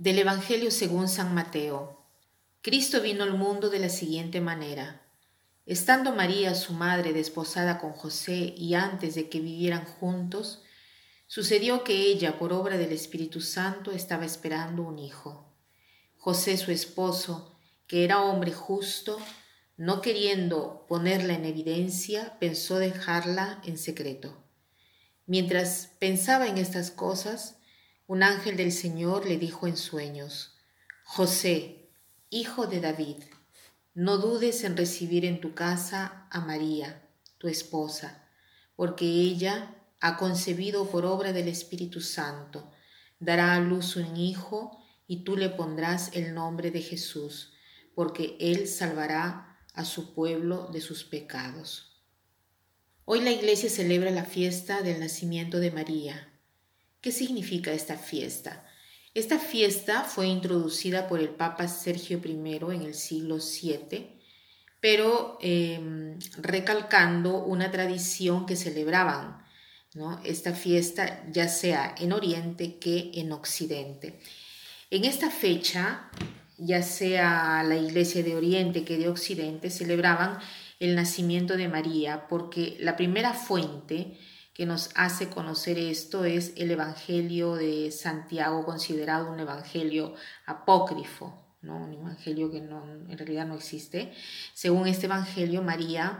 Del Evangelio según San Mateo. Cristo vino al mundo de la siguiente manera. Estando María, su madre, desposada con José y antes de que vivieran juntos, sucedió que ella, por obra del Espíritu Santo, estaba esperando un hijo. José, su esposo, que era hombre justo, no queriendo ponerla en evidencia, pensó dejarla en secreto. Mientras pensaba en estas cosas, un ángel del Señor le dijo en sueños: José, hijo de David, no dudes en recibir en tu casa a María, tu esposa, porque ella ha concebido por obra del Espíritu Santo. Dará a luz un hijo y tú le pondrás el nombre de Jesús, porque él salvará a su pueblo de sus pecados. Hoy la Iglesia celebra la fiesta del nacimiento de María. ¿Qué significa esta fiesta? Esta fiesta fue introducida por el Papa Sergio I en el siglo VII, pero recalcando una tradición que celebraban, ¿no?, esta fiesta ya sea en Oriente que en Occidente. En esta fecha, ya sea la Iglesia de Oriente que de Occidente, celebraban el nacimiento de María, porque la primera fuente que nos hace conocer esto es el Evangelio de Santiago, considerado un evangelio apócrifo, ¿no?, un evangelio que en realidad no existe. Según este evangelio, María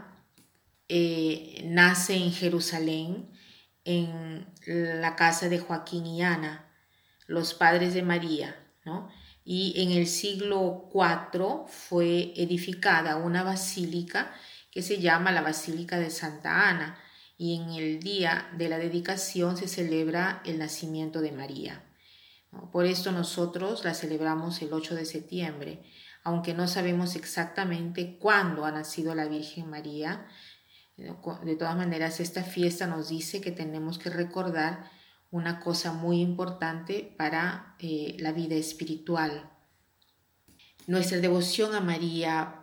nace en Jerusalén, en la casa de Joaquín y Ana, los padres de María, ¿no? Y en el siglo IV fue edificada una basílica que se llama la Basílica de Santa Ana, y en el día de la dedicación se celebra el nacimiento de María, ¿no? Por esto nosotros la celebramos el 8 de septiembre, aunque no sabemos exactamente cuándo ha nacido la Virgen María. De todas maneras, esta fiesta nos dice que tenemos que recordar una cosa muy importante para la vida espiritual. Nuestra devoción a María.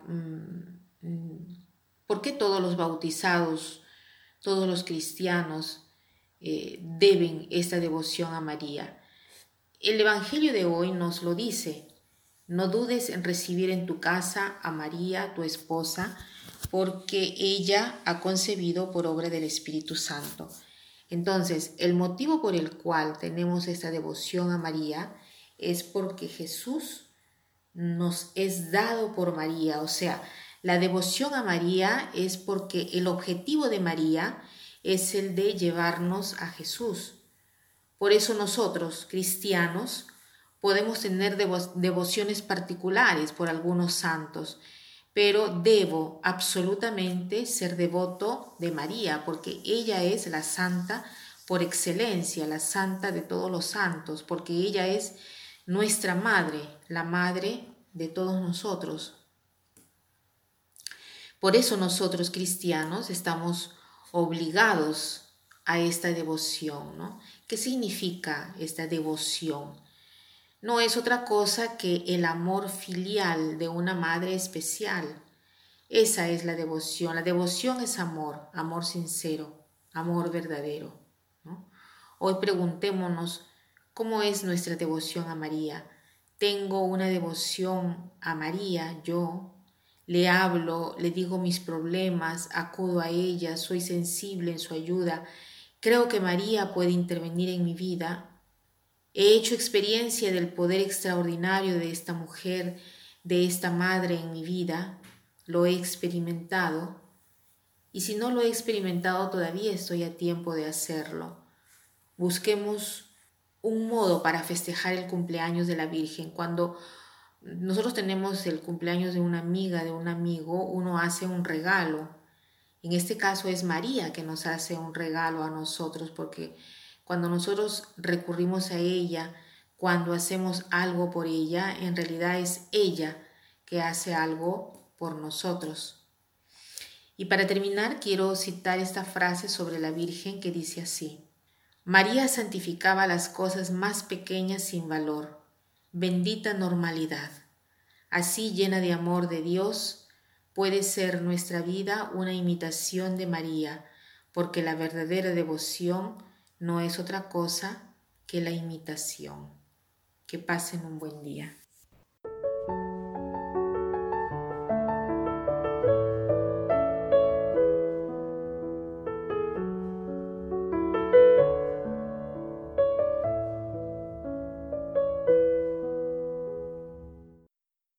¿Por qué todos los bautizados, todos los cristianos deben esta devoción a María? El Evangelio de hoy nos lo dice: no dudes en recibir en tu casa a María, tu esposa, porque ella ha concebido por obra del Espíritu Santo. Entonces, el motivo por el cual tenemos esta devoción a María es porque Jesús nos es dado por María. O sea, la devoción a María es porque el objetivo de María es el de llevarnos a Jesús. Por eso nosotros, cristianos, podemos tener devociones particulares por algunos santos, pero debo absolutamente ser devoto de María, porque ella es la santa por excelencia, la santa de todos los santos, porque ella es nuestra madre, la madre de todos nosotros. Por eso nosotros cristianos estamos obligados a esta devoción, ¿no? ¿Qué significa esta devoción? No es otra cosa que el amor filial de una madre especial. Esa es la devoción. La devoción es amor, amor sincero, amor verdadero, ¿no? Hoy preguntémonos, ¿cómo es nuestra devoción a María? ¿Tengo una devoción a María? Yo le hablo, le digo mis problemas, acudo a ella, soy sensible en su ayuda. Creo que María puede intervenir en mi vida. He hecho experiencia del poder extraordinario de esta mujer, de esta madre en mi vida. Lo he experimentado. Y si no lo he experimentado, todavía estoy a tiempo de hacerlo. Busquemos un modo para festejar el cumpleaños de la Virgen. Cuando nosotros tenemos el cumpleaños de una amiga, de un amigo, uno hace un regalo. En este caso es María que nos hace un regalo a nosotros, porque cuando nosotros recurrimos a ella, cuando hacemos algo por ella, en realidad es ella que hace algo por nosotros. Y para terminar, quiero citar esta frase sobre la Virgen que dice así: María santificaba las cosas más pequeñas sin valor. Bendita normalidad. Así, llena de amor de Dios, puede ser nuestra vida una imitación de María, porque la verdadera devoción no es otra cosa que la imitación. Que pasen un buen día.